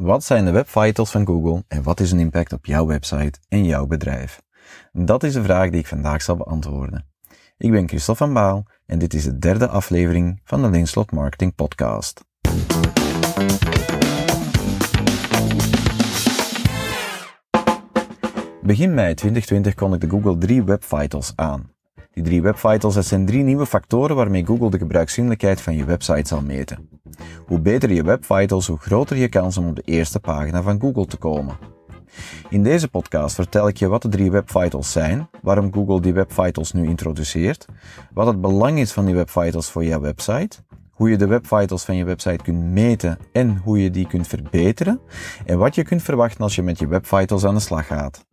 Wat zijn de Web Vitals van Google en wat is hun impact op jouw website en jouw bedrijf? Dat is de vraag die ik vandaag zal beantwoorden. Ik ben Christophe van Baal en dit is de derde aflevering van de Linslot Marketing Podcast. Begin mei 2020 kondigde Google 3 Web Vitals aan. Die 3 Web Vitals, dat zijn 3 nieuwe factoren waarmee Google de gebruiksvriendelijkheid van je website zal meten. Hoe beter je Web Vitals, hoe groter je kans om op de eerste pagina van Google te komen. In deze podcast vertel ik je wat de 3 Web Vitals zijn, waarom Google die Web Vitals nu introduceert, wat het belang is van die Web Vitals voor jouw website, hoe je de Web Vitals van je website kunt meten en hoe je die kunt verbeteren, en wat je kunt verwachten als je met je Web Vitals aan de slag gaat.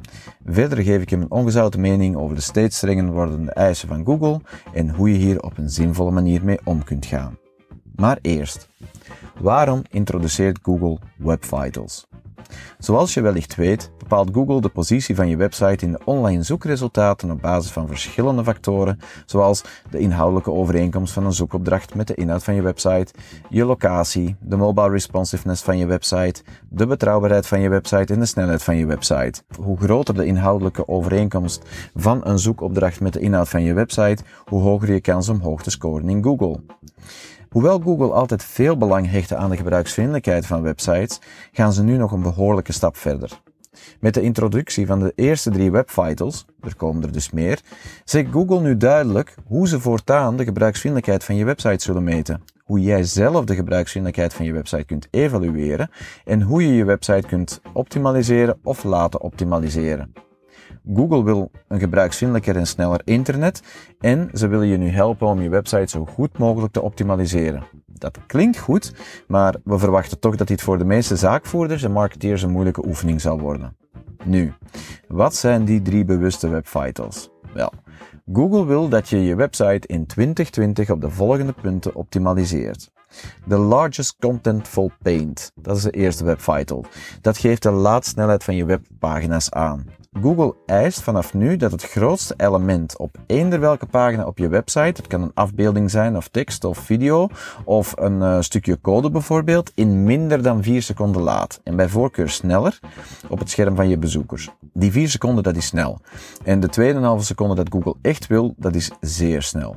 Verder geef ik je mijn ongezouten mening over de steeds strenger wordende eisen van Google en hoe je hier op een zinvolle manier mee om kunt gaan. Maar eerst, waarom introduceert Google Web Vitals? Zoals je wellicht weet, bepaalt Google de positie van je website in de online zoekresultaten op basis van verschillende factoren, zoals de inhoudelijke overeenkomst van een zoekopdracht met de inhoud van je website, je locatie, de mobile responsiveness van je website, de betrouwbaarheid van je website en de snelheid van je website. Hoe groter de inhoudelijke overeenkomst van een zoekopdracht met de inhoud van je website, hoe hoger je kans om hoog te scoren in Google. Hoewel Google altijd veel belang hecht aan de gebruiksvriendelijkheid van websites, gaan ze nu nog een behoorlijke stap verder. Met de introductie van de eerste 3 Web Vitals, er komen er dus meer, zegt Google nu duidelijk hoe ze voortaan de gebruiksvriendelijkheid van je website zullen meten, hoe jij zelf de gebruiksvriendelijkheid van je website kunt evalueren en hoe je je website kunt optimaliseren of laten optimaliseren. Google wil een gebruiksvriendelijker en sneller internet en ze willen je nu helpen om je website zo goed mogelijk te optimaliseren. Dat klinkt goed, maar we verwachten toch dat dit voor de meeste zaakvoerders en marketeers een moeilijke oefening zal worden. Nu, wat zijn die 3 bewuste Web Vitals? Wel, Google wil dat je je website in 2020 op de volgende punten optimaliseert. The largest contentful paint, dat is de eerste Web Vital. Dat geeft de laadsnelheid van je webpagina's aan. Google eist vanaf nu dat het grootste element op eender welke pagina op je website, het kan een afbeelding zijn of tekst of video of een stukje code bijvoorbeeld, in minder dan 4 seconden laadt. En bij voorkeur sneller op het scherm van je bezoekers. Die 4 seconden, dat is snel. En de 2,5 seconde dat Google echt wil, dat is zeer snel.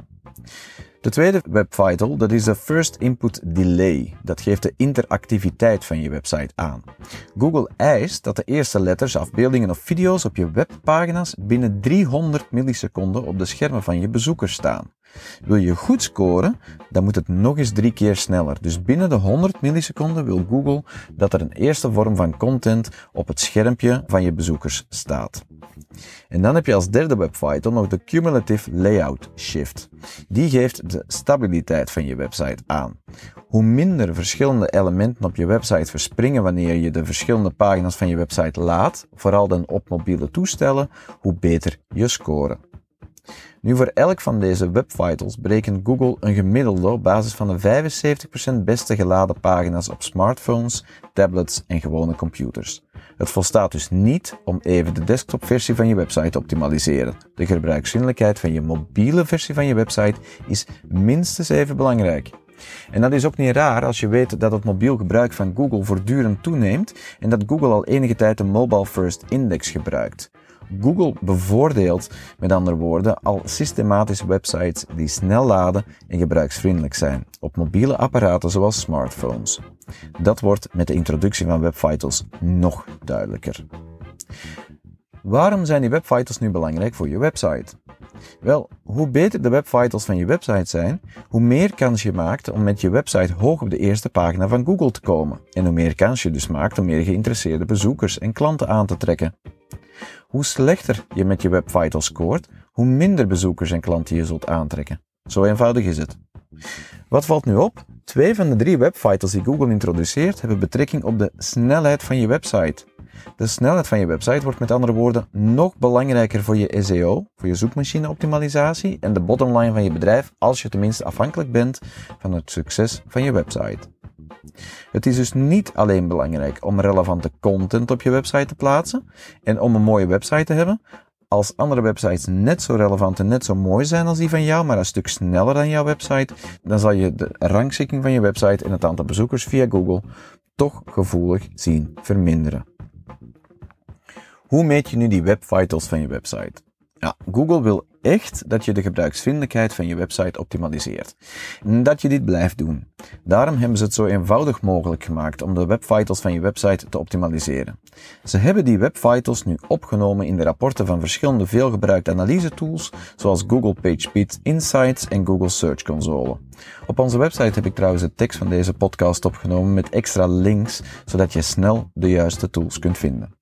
De tweede Web Vital, dat is de First Input Delay. Dat geeft de interactiviteit van je website aan. Google eist dat de eerste letters, afbeeldingen of video's op je webpagina's binnen 300 milliseconden op de schermen van je bezoekers staan. Wil je goed scoren, dan moet het nog eens 3 keer sneller. Dus binnen de 100 milliseconden wil Google dat er een eerste vorm van content op het schermpje van je bezoekers staat. En dan heb je als derde Web Vital nog de Cumulative Layout Shift. Die geeft de stabiliteit van je website aan. Hoe minder verschillende elementen op je website verspringen wanneer je de verschillende pagina's van je website laadt, vooral dan op mobiele toestellen, hoe beter je scoren. Nu, voor elk van deze Web Vitals berekent Google een gemiddelde op basis van de 75% beste geladen pagina's op smartphones, tablets en gewone computers. Het volstaat dus niet om even de desktopversie van je website te optimaliseren. De gebruiksvriendelijkheid van je mobiele versie van je website is minstens even belangrijk. En dat is ook niet raar als je weet dat het mobiel gebruik van Google voortdurend toeneemt en dat Google al enige tijd de Mobile First Index gebruikt. Google bevoordeelt, met andere woorden, al systematisch websites die snel laden en gebruiksvriendelijk zijn, op mobiele apparaten zoals smartphones. Dat wordt met de introductie van Web Vitals nog duidelijker. Waarom zijn die Web Vitals nu belangrijk voor je website? Wel, hoe beter de Web Vitals van je website zijn, hoe meer kans je maakt om met je website hoog op de eerste pagina van Google te komen. En hoe meer kans je dus maakt om meer geïnteresseerde bezoekers en klanten aan te trekken. Hoe slechter je met je Web Vitals scoort, hoe minder bezoekers en klanten je zult aantrekken. Zo eenvoudig is het. Wat valt nu op? 2 van de 3 Web Vitals die Google introduceert hebben betrekking op de snelheid van je website. De snelheid van je website wordt met andere woorden nog belangrijker voor je SEO, voor je zoekmachine-optimalisatie en de bottomline van je bedrijf als je tenminste afhankelijk bent van het succes van je website. Het is dus niet alleen belangrijk om relevante content op je website te plaatsen en om een mooie website te hebben. Als andere websites net zo relevant en net zo mooi zijn als die van jou, maar een stuk sneller dan jouw website, dan zal je de rangschikking van je website en het aantal bezoekers via Google toch gevoelig zien verminderen. Hoe meet je nu die web vitals van je website? Ja, Google wil echt dat je de gebruiksvriendelijkheid van je website optimaliseert. En dat je dit blijft doen. Daarom hebben ze het zo eenvoudig mogelijk gemaakt om de web vitals van je website te optimaliseren. Ze hebben die web vitals nu opgenomen in de rapporten van verschillende veelgebruikte analysetools, zoals Google PageSpeed Insights en Google Search Console. Op onze website heb ik trouwens de tekst van deze podcast opgenomen met extra links, zodat je snel de juiste tools kunt vinden.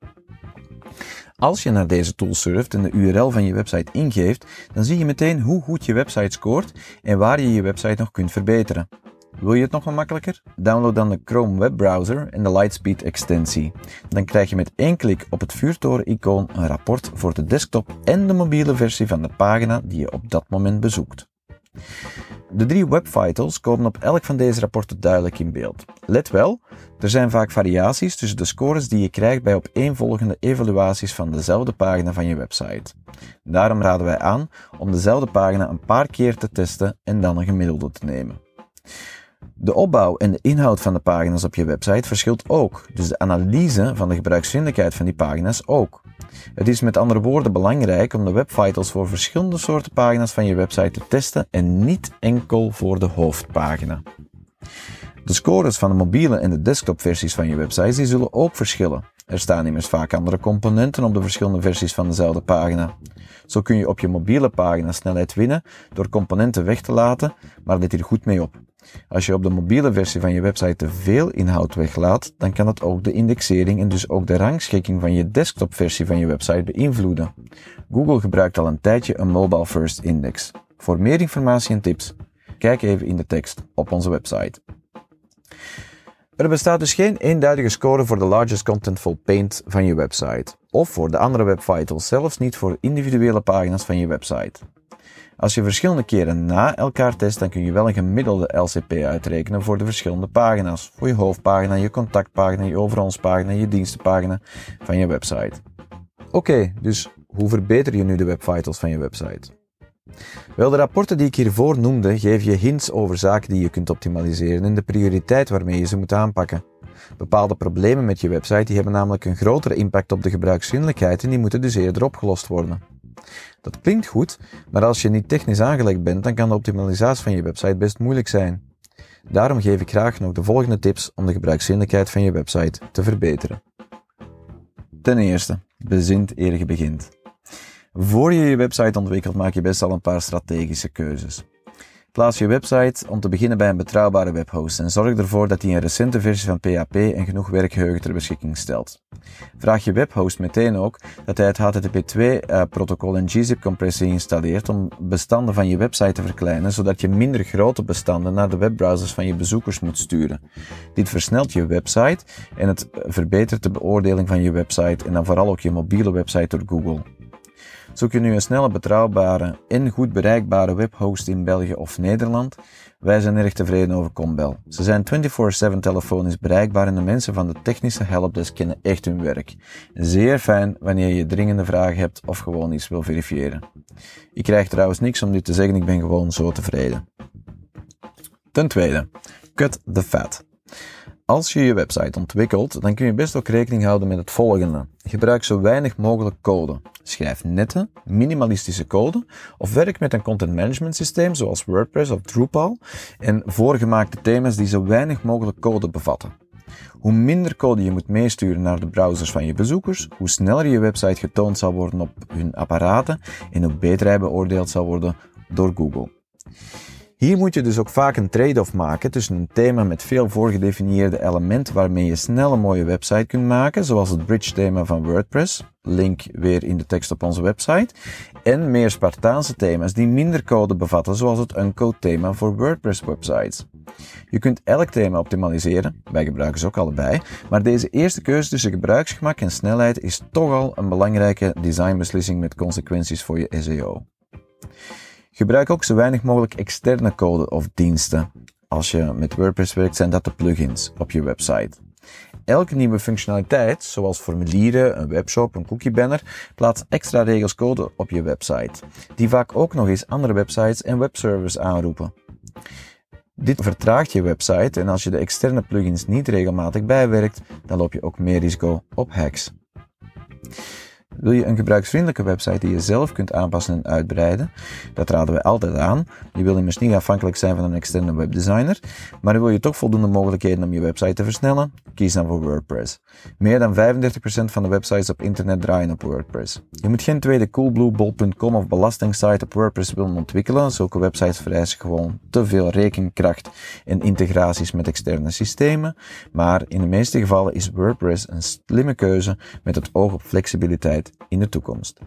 Als je naar deze tool surft en de URL van je website ingeeft, dan zie je meteen hoe goed je website scoort en waar je je website nog kunt verbeteren. Wil je het nog wat makkelijker? Download dan de Chrome webbrowser en de Lightspeed extensie. Dan krijg je met één klik op het vuurtoren-icoon een rapport voor de desktop en de mobiele versie van de pagina die je op dat moment bezoekt. De 3 web vitals komen op elk van deze rapporten duidelijk in beeld. Let wel, er zijn vaak variaties tussen de scores die je krijgt bij opeenvolgende evaluaties van dezelfde pagina van je website. Daarom raden wij aan om dezelfde pagina een paar keer te testen en dan een gemiddelde te nemen. De opbouw en de inhoud van de pagina's op je website verschilt ook, dus de analyse van de gebruiksvriendelijkheid van die pagina's ook. Het is met andere woorden belangrijk om de web vitals voor verschillende soorten pagina's van je website te testen en niet enkel voor de hoofdpagina. De scores van de mobiele en de desktopversies van je websites die zullen ook verschillen. Er staan immers vaak andere componenten op de verschillende versies van dezelfde pagina. Zo kun je op je mobiele pagina snelheid winnen door componenten weg te laten, maar let hier goed mee op. Als je op de mobiele versie van je website te veel inhoud weglaat, dan kan dat ook de indexering en dus ook de rangschikking van je desktopversie van je website beïnvloeden. Google gebruikt al een tijdje een Mobile First Index. Voor meer informatie en tips, kijk even in de tekst op onze website. Er bestaat dus geen eenduidige score voor de largest contentful paint van je website, of voor de andere web vitals, zelfs niet voor individuele pagina's van je website. Als je verschillende keren na elkaar test, dan kun je wel een gemiddelde LCP uitrekenen voor de verschillende pagina's. Voor je hoofdpagina, je contactpagina, je over ons pagina, je dienstenpagina van je website. Oké, dus hoe verbeter je nu de web vitals van je website? Wel, de rapporten die ik hiervoor noemde, geven je hints over zaken die je kunt optimaliseren en de prioriteit waarmee je ze moet aanpakken. Bepaalde problemen met je website die hebben namelijk een grotere impact op de gebruiksvriendelijkheid en die moeten dus eerder opgelost worden. Dat klinkt goed, maar als je niet technisch aangelegd bent, dan kan de optimalisatie van je website best moeilijk zijn. Daarom geef ik graag nog de volgende tips om de gebruiksvriendelijkheid van je website te verbeteren. Ten eerste, bezint eer je begint. Voor je je website ontwikkelt, maak je best al een paar strategische keuzes. Plaats je website om te beginnen bij een betrouwbare webhost en zorg ervoor dat hij een recente versie van PHP en genoeg werkgeheugen ter beschikking stelt. Vraag je webhost meteen ook dat hij het HTTP2-protocol en gzip-compressie installeert om bestanden van je website te verkleinen, zodat je minder grote bestanden naar de webbrowsers van je bezoekers moet sturen. Dit versnelt je website en het verbetert de beoordeling van je website en dan vooral ook je mobiele website door Google. Zoek je nu een snelle, betrouwbare en goed bereikbare webhost in België of Nederland? Wij zijn erg tevreden over Combel. Ze zijn 24/7 telefonisch bereikbaar en de mensen van de technische helpdesk kennen echt hun werk. Zeer fijn wanneer je dringende vragen hebt of gewoon iets wil verifiëren. Ik krijg trouwens niks om dit te zeggen, ik ben gewoon zo tevreden. Ten tweede, cut the fat. Als je je website ontwikkelt, dan kun je best ook rekening houden met het volgende. Gebruik zo weinig mogelijk code. Schrijf nette, minimalistische code of werk met een content management systeem zoals WordPress of Drupal en voorgemaakte thema's die zo weinig mogelijk code bevatten. Hoe minder code je moet meesturen naar de browsers van je bezoekers, hoe sneller je website getoond zal worden op hun apparaten en hoe beter hij beoordeeld zal worden door Google. Hier moet je dus ook vaak een trade-off maken tussen een thema met veel voorgedefinieerde elementen waarmee je snel een mooie website kunt maken, zoals het bridge thema van WordPress, link weer in de tekst op onze website, en meer Spartaanse thema's die minder code bevatten, zoals het uncode thema voor WordPress websites. Je kunt elk thema optimaliseren, wij gebruiken ze ook allebei, maar deze eerste keuze tussen gebruiksgemak en snelheid is toch al een belangrijke designbeslissing met consequenties voor je SEO. Gebruik ook zo weinig mogelijk externe code of diensten. Als je met WordPress werkt, zijn dat de plugins op je website. Elke nieuwe functionaliteit, zoals formulieren, een webshop, een cookie banner, plaatst extra regels code op je website, die vaak ook nog eens andere websites en webservers aanroepen. Dit vertraagt je website en als je de externe plugins niet regelmatig bijwerkt, dan loop je ook meer risico op hacks. Wil je een gebruiksvriendelijke website die je zelf kunt aanpassen en uitbreiden? Dat raden we altijd aan. Je wil immers niet afhankelijk zijn van een externe webdesigner, maar wil je toch voldoende mogelijkheden om je website te versnellen? Kies dan voor WordPress. Meer dan 35% van de websites op internet draaien op WordPress. Je moet geen tweede coolblue.com of belastingsite op WordPress willen ontwikkelen. Zulke websites vereisen gewoon te veel rekenkracht en integraties met externe systemen, maar in de meeste gevallen is WordPress een slimme keuze met het oog op flexibiliteit in de toekomst.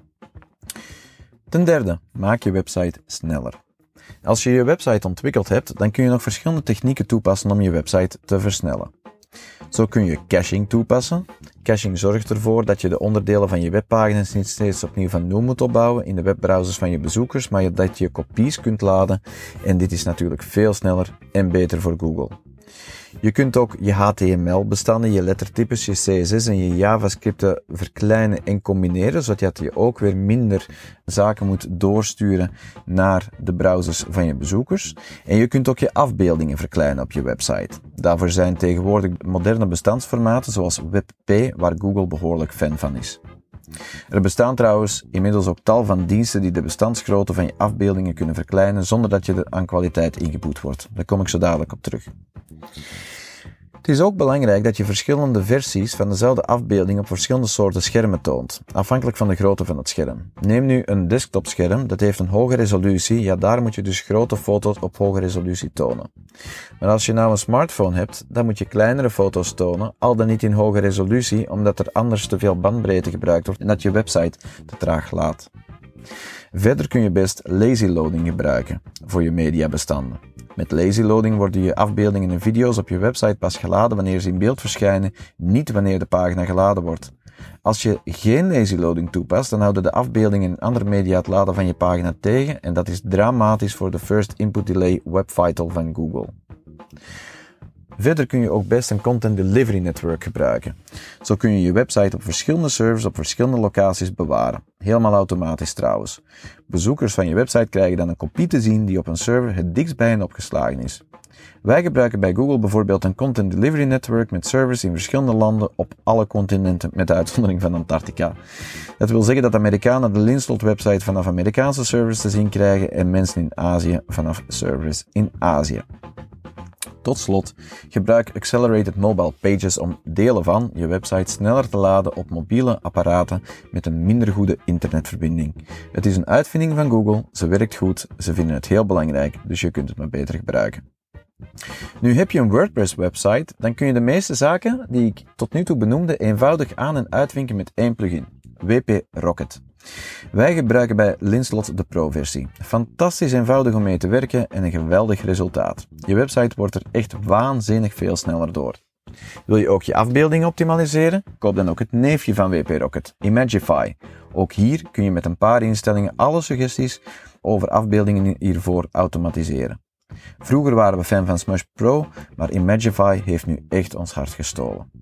Ten derde, maak je website sneller. Als je je website ontwikkeld hebt, dan kun je nog verschillende technieken toepassen om je website te versnellen. Zo kun je caching toepassen. Caching zorgt ervoor dat je de onderdelen van je webpagina's niet steeds opnieuw van nul moet opbouwen in de webbrowsers van je bezoekers, maar dat je kopies kunt laden en dit is natuurlijk veel sneller en beter voor Google. Je kunt ook je HTML-bestanden, je lettertypes, je CSS en je JavaScript verkleinen en combineren, zodat je ook weer minder zaken moet doorsturen naar de browsers van je bezoekers. En je kunt ook je afbeeldingen verkleinen op je website. Daarvoor zijn tegenwoordig moderne bestandsformaten zoals WebP, waar Google behoorlijk fan van is. Er bestaan trouwens inmiddels ook tal van diensten die de bestandsgrootte van je afbeeldingen kunnen verkleinen zonder dat je aan kwaliteit ingeboet wordt. Daar kom ik zo dadelijk op terug. Het is ook belangrijk dat je verschillende versies van dezelfde afbeelding op verschillende soorten schermen toont, afhankelijk van de grootte van het scherm. Neem nu een desktopscherm, dat heeft een hoge resolutie, ja daar moet je dus grote foto's op hoge resolutie tonen. Maar als je nou een smartphone hebt, dan moet je kleinere foto's tonen, al dan niet in hoge resolutie, omdat er anders te veel bandbreedte gebruikt wordt en dat je website te traag laat. Verder kun je best lazy loading gebruiken voor je mediabestanden. Met lazy loading worden je afbeeldingen en video's op je website pas geladen wanneer ze in beeld verschijnen, niet wanneer de pagina geladen wordt. Als je geen lazy loading toepast, dan houden de afbeeldingen en andere media het laden van je pagina tegen en dat is dramatisch voor de First Input Delay Web Vital van Google. Verder kun je ook best een Content Delivery Network gebruiken. Zo kun je je website op verschillende servers op verschillende locaties bewaren. Helemaal automatisch trouwens. Bezoekers van je website krijgen dan een kopie te zien die op een server het dichtst bij hen opgeslagen is. Wij gebruiken bij Google bijvoorbeeld een Content Delivery Network met servers in verschillende landen op alle continenten met de uitzondering van Antarctica. Dat wil zeggen dat Amerikanen de Linslot website vanaf Amerikaanse servers te zien krijgen en mensen in Azië vanaf servers in Azië. Tot slot, gebruik Accelerated Mobile Pages om delen van je website sneller te laden op mobiele apparaten met een minder goede internetverbinding. Het is een uitvinding van Google, ze werkt goed, ze vinden het heel belangrijk, dus je kunt het maar beter gebruiken. Nu heb je een WordPress website, dan kun je de meeste zaken die ik tot nu toe benoemde eenvoudig aan- en uitvinken met één plugin, WP Rocket. Wij gebruiken bij Linslot de Pro-versie. Fantastisch eenvoudig om mee te werken en een geweldig resultaat. Je website wordt er echt waanzinnig veel sneller door. Wil je ook je afbeeldingen optimaliseren? Koop dan ook het neefje van WP Rocket, Imagify. Ook hier kun je met een paar instellingen alle suggesties over afbeeldingen hiervoor automatiseren. Vroeger waren we fan van Smush Pro, maar Imagify heeft nu echt ons hart gestolen.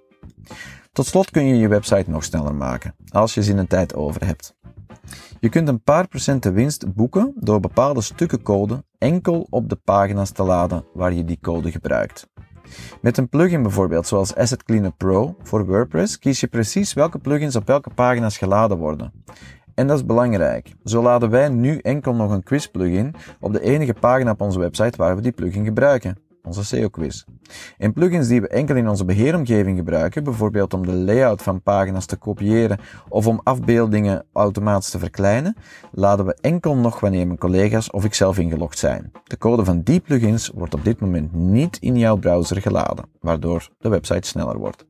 Tot slot kun je je website nog sneller maken, als je zin en tijd over hebt. Je kunt een paar procenten winst boeken door bepaalde stukken code enkel op de pagina's te laden waar je die code gebruikt. Met een plugin bijvoorbeeld zoals Asset Cleaner Pro voor WordPress kies je precies welke plugins op welke pagina's geladen worden. En dat is belangrijk. Zo laden wij nu enkel nog een quiz plugin op de enige pagina op onze website waar we die plugin gebruiken. Onze SEO-quiz. En plugins die we enkel in onze beheeromgeving gebruiken, bijvoorbeeld om de layout van pagina's te kopiëren of om afbeeldingen automatisch te verkleinen, laden we enkel nog wanneer mijn collega's of ik zelf ingelogd zijn. De code van die plugins wordt op dit moment niet in jouw browser geladen, waardoor de website sneller wordt.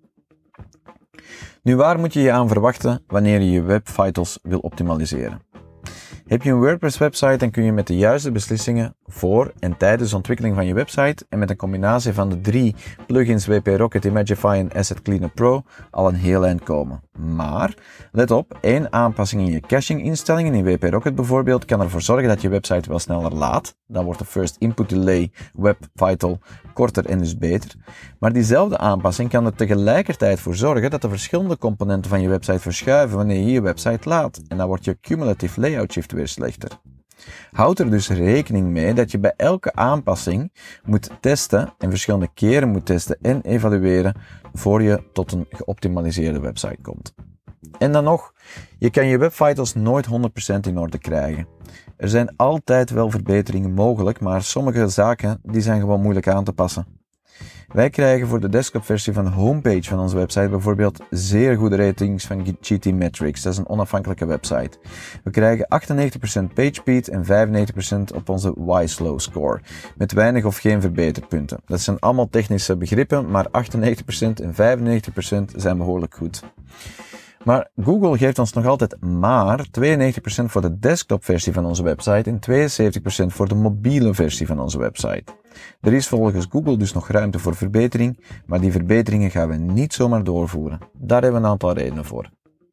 Nu, waar moet je je aan verwachten wanneer je je Web Vitals wil optimaliseren? Heb je een WordPress website, dan kun je met de juiste beslissingen voor en tijdens de ontwikkeling van je website en met een combinatie van de 3 plugins WP Rocket, Imagify en Asset Cleaner Pro al een heel eind komen. Maar, let op, 1 aanpassing in je caching instellingen in WP Rocket bijvoorbeeld kan ervoor zorgen dat je website wel sneller laadt. Dan wordt de First Input Delay Web Vital korter en dus beter. Maar diezelfde aanpassing kan er tegelijkertijd voor zorgen dat de verschillende componenten van je website verschuiven wanneer je je website laadt. En dan wordt je cumulative layout shift weer slechter. Houd er dus rekening mee dat je bij elke aanpassing moet testen en verschillende keren moet testen en evalueren voor je tot een geoptimaliseerde website komt. En dan nog, je kan je webvitals nooit 100% in orde krijgen. Er zijn altijd wel verbeteringen mogelijk, maar sommige zaken die zijn gewoon moeilijk aan te passen. Wij krijgen voor de desktopversie van de homepage van onze website bijvoorbeeld zeer goede ratings van GTmetrix. Dat is een onafhankelijke website. We krijgen 98% PageSpeed en 95% op onze YSlow score. Met weinig of geen verbeterpunten. Dat zijn allemaal technische begrippen, maar 98% en 95% zijn behoorlijk goed. Maar Google geeft ons nog altijd maar 92% voor de desktopversie van onze website en 72% voor de mobiele versie van onze website. Er is volgens Google dus nog ruimte voor verbetering, maar die verbeteringen gaan we niet zomaar doorvoeren. Daar hebben we een aantal redenen voor.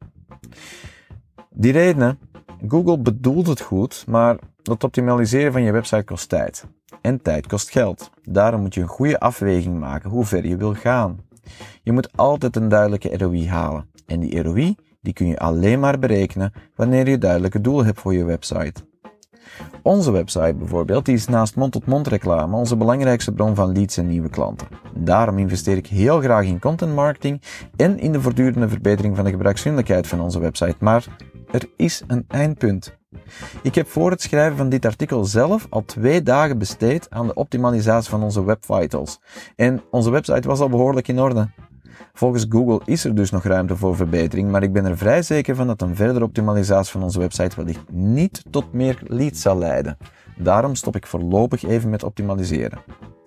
Die redenen, Google bedoelt het goed, maar het optimaliseren van je website kost tijd. En tijd kost geld. Daarom moet je een goede afweging maken hoe ver je wil gaan. Je moet altijd een duidelijke ROI halen. En die ROI, die kun je alleen maar berekenen wanneer je duidelijke doelen hebt voor je website. Onze website bijvoorbeeld, die is naast mond-tot-mond reclame onze belangrijkste bron van leads en nieuwe klanten. Daarom investeer ik heel graag in content marketing en in de voortdurende verbetering van de gebruiksvriendelijkheid van onze website. Maar er is een eindpunt. Ik heb voor het schrijven van dit artikel zelf al 2 dagen besteed aan de optimalisatie van onze webvitals. En onze website was al behoorlijk in orde. Volgens Google is er dus nog ruimte voor verbetering, maar ik ben er vrij zeker van dat een verdere optimalisatie van onze website wellicht niet tot meer leads zal leiden. Daarom stop ik voorlopig even met optimaliseren.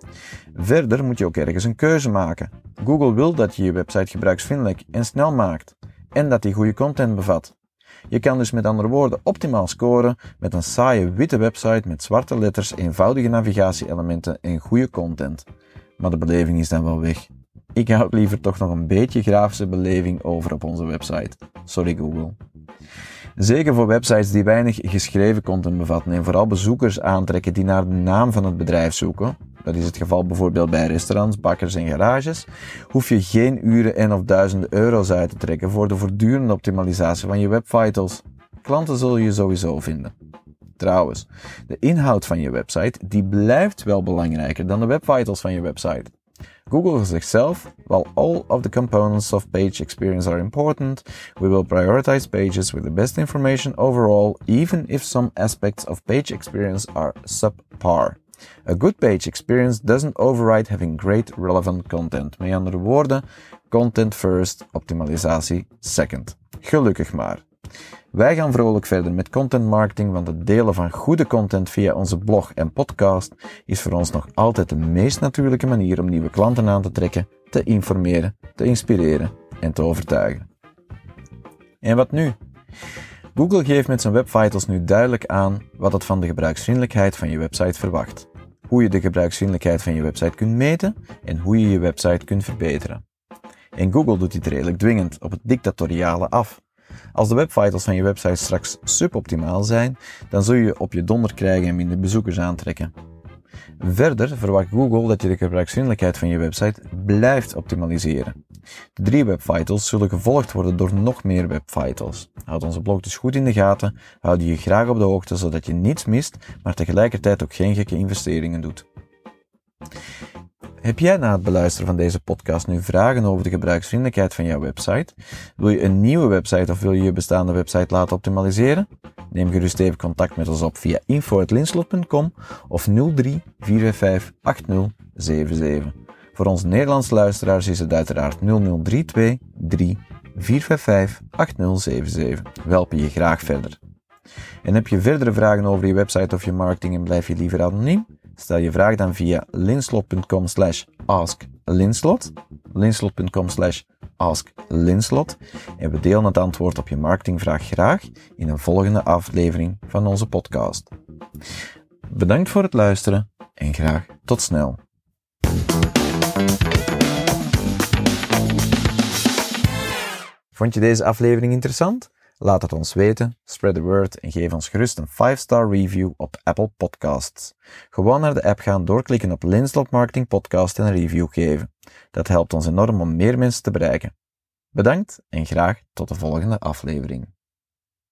Verder moet je ook ergens een keuze maken. Google wil dat je je website gebruiksvriendelijk en snel maakt en dat die goede content bevat. Je kan dus met andere woorden optimaal scoren met een saaie witte website met zwarte letters, eenvoudige navigatie-elementen en goede content. Maar de beleving is dan wel weg. Ik houd liever toch nog een beetje grafische beleving over op onze website. Sorry Google. Zeker voor websites die weinig geschreven content bevatten en vooral bezoekers aantrekken die naar de naam van het bedrijf zoeken, dat is het geval bijvoorbeeld bij restaurants, bakkers en garages, hoef je geen uren en of duizenden euro's uit te trekken voor de voortdurende optimalisatie van je webvitals. Klanten zul je sowieso vinden. Trouwens, de inhoud van je website die blijft wel belangrijker dan de webvitals van je website. Google zegt zelf, while all of the components of page experience are important, we will prioritize pages with the best information overall, even if some aspects of page experience are subpar. A good page experience doesn't override having great relevant content. Met andere woorden, content first, optimalisatie second. Gelukkig maar. Wij gaan vrolijk verder met content marketing, want het delen van goede content via onze blog en podcast is voor ons nog altijd de meest natuurlijke manier om nieuwe klanten aan te trekken, te informeren, te inspireren en te overtuigen. En wat nu? Google geeft met zijn webvitals nu duidelijk aan wat het van de gebruiksvriendelijkheid van je website verwacht, hoe je de gebruiksvriendelijkheid van je website kunt meten en hoe je je website kunt verbeteren. En Google doet dit redelijk dwingend op het dictatoriale af. Als de webvitals van je website straks suboptimaal zijn, dan zul je op je donder krijgen en minder bezoekers aantrekken. Verder verwacht Google dat je de gebruiksvriendelijkheid van je website blijft optimaliseren. De 3 webvitals zullen gevolgd worden door nog meer webvitals. Houd onze blog dus goed in de gaten, we houden je graag op de hoogte zodat je niets mist, maar tegelijkertijd ook geen gekke investeringen doet. Heb jij na het beluisteren van deze podcast nu vragen over de gebruiksvriendelijkheid van jouw website? Wil je een nieuwe website of wil je je bestaande website laten optimaliseren? Neem gerust even contact met ons op via info@linslot.com of 03 455 8077. Voor onze Nederlandse luisteraars is het uiteraard 0032 3 455 8077. We helpen je graag verder. En heb je verdere vragen over je website of je marketing en blijf je liever anoniem? Stel je vraag dan via linslot.com/asklinslot, linslot.com/asklinslot en we delen het antwoord op je marketingvraag graag in een volgende aflevering van onze podcast. Bedankt voor het luisteren en graag tot snel. Vond je deze aflevering interessant? Laat het ons weten, spread the word en geef ons gerust een 5-star review op Apple Podcasts. Gewoon naar de app gaan, doorklikken op Linslot Marketing Podcast en een review geven. Dat helpt ons enorm om meer mensen te bereiken. Bedankt en graag tot de volgende aflevering.